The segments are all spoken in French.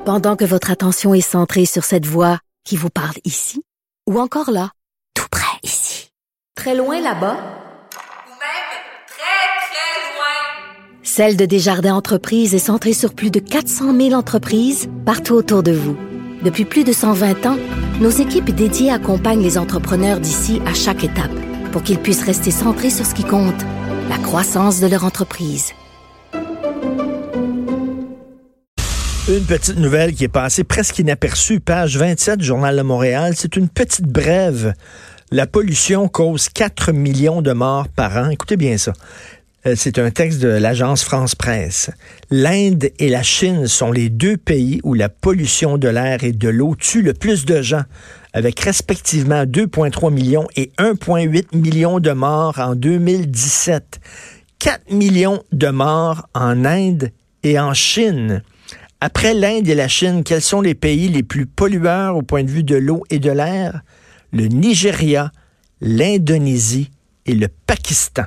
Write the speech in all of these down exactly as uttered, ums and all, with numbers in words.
Pendant que votre attention est centrée sur cette voix qui vous parle ici, ou encore là, tout près ici, très loin là-bas, ou même très, très loin, Celle de Desjardins Entreprises est centrée sur plus de quatre cent mille entreprises partout autour de vous. Depuis plus de cent vingt ans, nos équipes dédiées accompagnent les entrepreneurs d'ici à chaque étape pour qu'ils puissent rester centrés sur ce qui compte, la croissance de leur entreprise. Une petite nouvelle qui est passée presque inaperçue, page vingt-sept du Journal de Montréal. C'est une petite brève. La pollution cause quatre millions de morts par an. Écoutez bien ça. C'est un texte de l'agence France Presse. L'Inde et la Chine sont les deux pays où la pollution de l'air et de l'eau tue le plus de gens, avec respectivement deux virgule trois millions et un virgule huit millions de morts en deux mille dix-sept. quatre millions de morts en Inde et en Chine. Après l'Inde et la Chine, quels sont les pays les plus pollueurs au point de vue de l'eau et de l'air? Le Nigeria, l'Indonésie et le Pakistan.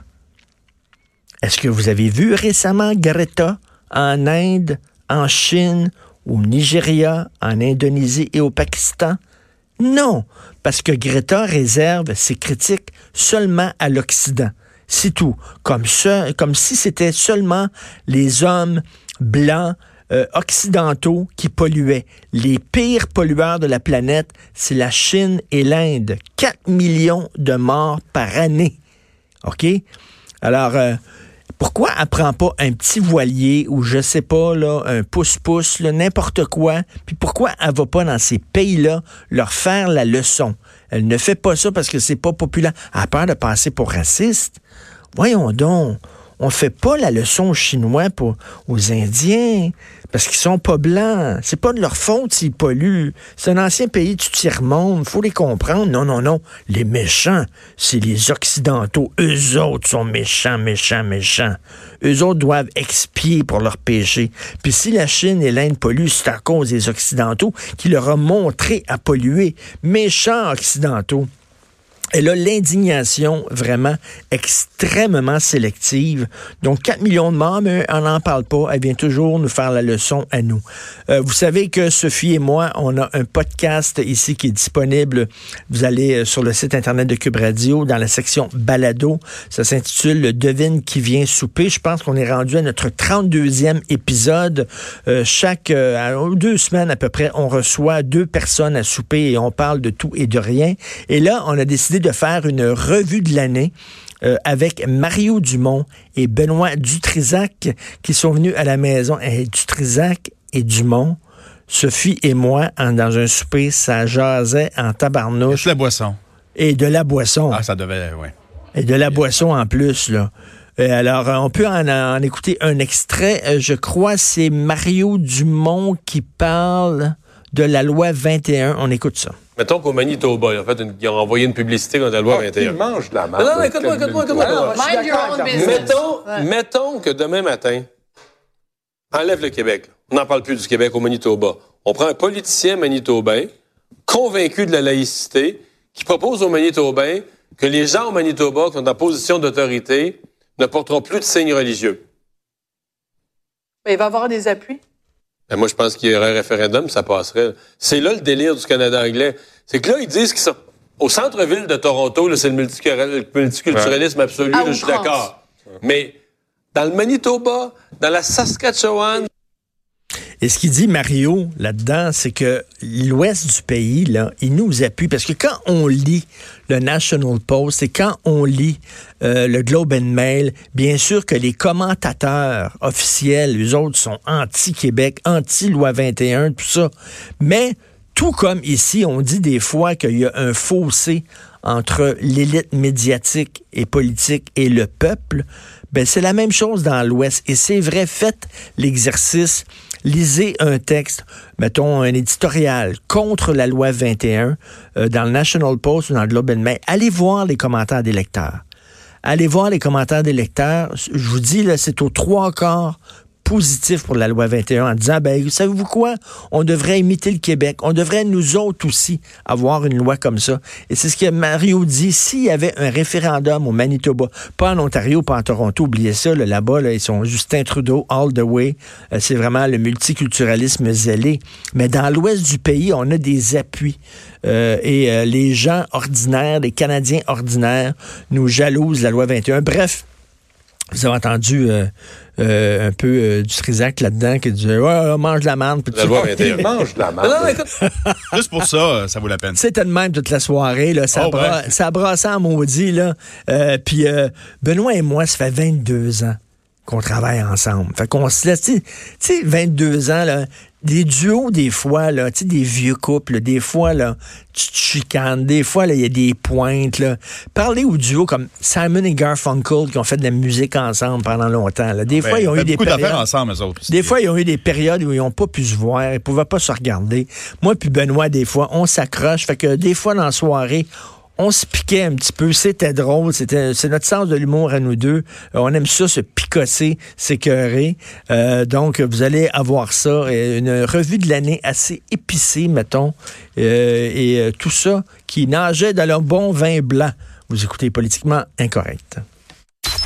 Est-ce que vous avez vu récemment Greta en Inde, en Chine, au Nigeria, en Indonésie et au Pakistan? Non, parce que Greta réserve ses critiques seulement à l'Occident. C'est tout. Comme, ce, comme si c'était seulement les hommes blancs, Euh, occidentaux qui polluaient. Les pires pollueurs de la planète, c'est la Chine et l'Inde. quatre millions de morts par année. OK? Alors, euh, pourquoi elle prend pas un petit voilier ou je sais pas, là, un pouce-pouce, là, n'importe quoi, puis pourquoi elle va pas dans ces pays-là leur faire la leçon? Elle ne fait pas ça parce que c'est pas populaire. Elle a peur de passer pour raciste. Voyons donc. On fait pas la leçon aux Chinois pour, aux Indiens parce qu'ils sont pas blancs. C'est pas de leur faute s'ils polluent. C'est un ancien pays du tiers-monde. Faut les comprendre. Non, non, non. Les méchants, c'est les Occidentaux. Eux autres sont méchants, méchants, méchants. Eux autres doivent expier pour leurs péchés. Puis si la Chine et l'Inde polluent, c'est à cause des Occidentaux qui leur ont montré à polluer. Méchants Occidentaux. Et là, l'indignation vraiment extrêmement sélective. Donc, quatre millions de morts, mais on n'en parle pas. Elle vient toujours nous faire la leçon à nous. Euh, vous savez que Sophie et moi, on a un podcast ici qui est disponible. Vous allez sur le site Internet de Cube Radio, dans la section Balado. Ça s'intitule « Devine qui vient souper ». Je pense qu'on est rendu à notre trente-deuxième épisode. Euh, chaque euh, deux semaines à peu près, on reçoit deux personnes à souper et on parle de tout et de rien. Et là, on a décidé de faire une revue de l'année euh, avec Mario Dumont et Benoît Dutrisac qui sont venus à la maison. Et Dutrisac et Dumont, Sophie et moi, en, dans un souper, ça jasait en tabarnouche. Et de la boisson. Et de la boisson. Ah, ça devait, oui. Et de la boisson en plus, là. Et alors, on peut en, en écouter un extrait. Je crois que c'est Mario Dumont qui parle de la loi vingt et un. On écoute ça. Mettons qu'au Manitoba, ils ont, fait une, ils ont envoyé une publicité contre la loi vingt et un. Ils mangent de la marde. Non, non, écoute-moi, écoute-moi, écoute-moi. Mind your own business. Mettons, Ouais. mettons que demain matin, enlève le Québec. On n'en parle plus du Québec au Manitoba. On prend un politicien manitobain, convaincu de la laïcité, qui propose aux Manitobains que les gens au Manitoba qui sont en position d'autorité ne porteront plus de signes religieux. Mais il va y avoir des appuis. Ben moi, je pense qu'il y aurait un référendum, ça passerait. C'est là le délire du Canada anglais. C'est que là, ils disent qu'ils sont... Au centre-ville de Toronto, là, c'est le multiculturalisme ouais. absolu, Ah, là, je suis d'accord. Mais dans le Manitoba, dans la Saskatchewan... Et ce qu'il dit, Mario, là-dedans, c'est que l'ouest du pays, là, il nous appuie. Parce que quand on lit le National Post et quand on lit euh, le Globe and Mail, bien sûr que les commentateurs officiels, eux autres, sont anti-Québec, anti-loi vingt et un, tout ça. Mais tout comme ici, on dit des fois qu'il y a un fossé entre l'élite médiatique et politique et le peuple, ben c'est la même chose dans l'Ouest. Et c'est vrai, faites l'exercice, lisez un texte, mettons un éditorial contre la loi vingt et un euh, dans le National Post ou dans le Globe and Mail. Allez voir les commentaires des lecteurs. Allez voir les commentaires des lecteurs. Je vous dis, là, c'est aux trois quarts positif pour la loi vingt et un en disant, ben, savez-vous quoi? On devrait imiter le Québec. On devrait, nous autres aussi, avoir une loi comme ça. Et c'est ce que Mario dit. S'il y avait un référendum au Manitoba, pas en Ontario, pas en Toronto, oubliez ça, là, là-bas, là, ils sont Justin Trudeau all the way. Euh, c'est vraiment le multiculturalisme zélé. Mais dans l'ouest du pays, on a des appuis. Euh, et euh, les gens ordinaires, les Canadiens ordinaires, nous jalousent la loi vingt et un. Bref, vous avez entendu euh, euh, un peu euh, du Trisac là-dedans qui disait ouais, mange de la merde. La loi vingt et un. Mange de la merde. Non, non, écoute. Juste pour ça, ça vaut la peine. C'était de même toute la soirée. Là. Ça, Oh, bra- ouais. ça brassait en maudit. Là. Euh, Puis euh, Benoît et moi, ça fait vingt-deux ans qu'on travaille ensemble. Fait qu'on se laisse, tu sais, vingt-deux ans, là, des duos, des fois, là, tu sais, des vieux couples, des fois, là, tu te chicanes, des fois, là, il y a des pointes, là. Parlez aux duos comme Simon et Garfunkel qui ont fait de la musique ensemble pendant longtemps, là. Des Ben, fois, ils ont fait eu des beaucoup périodes... d'affaires ensemble, eux autres. Des fois, ils ont eu des périodes où ils n'ont pas pu se voir, ils ne pouvaient pas se regarder. Moi puis Benoît, des fois, on s'accroche. Fait que des fois, dans la soirée, on se piquait un petit peu. C'était drôle. C'était, c'est notre sens de l'humour à nous deux. Euh, on aime ça, se picosser, s'écœurer. Euh, donc, vous allez avoir ça. Une revue de l'année assez épicée, mettons. Euh, et euh, tout ça qui nageait dans leur bon vin blanc. Vous écoutez Politiquement Incorrect.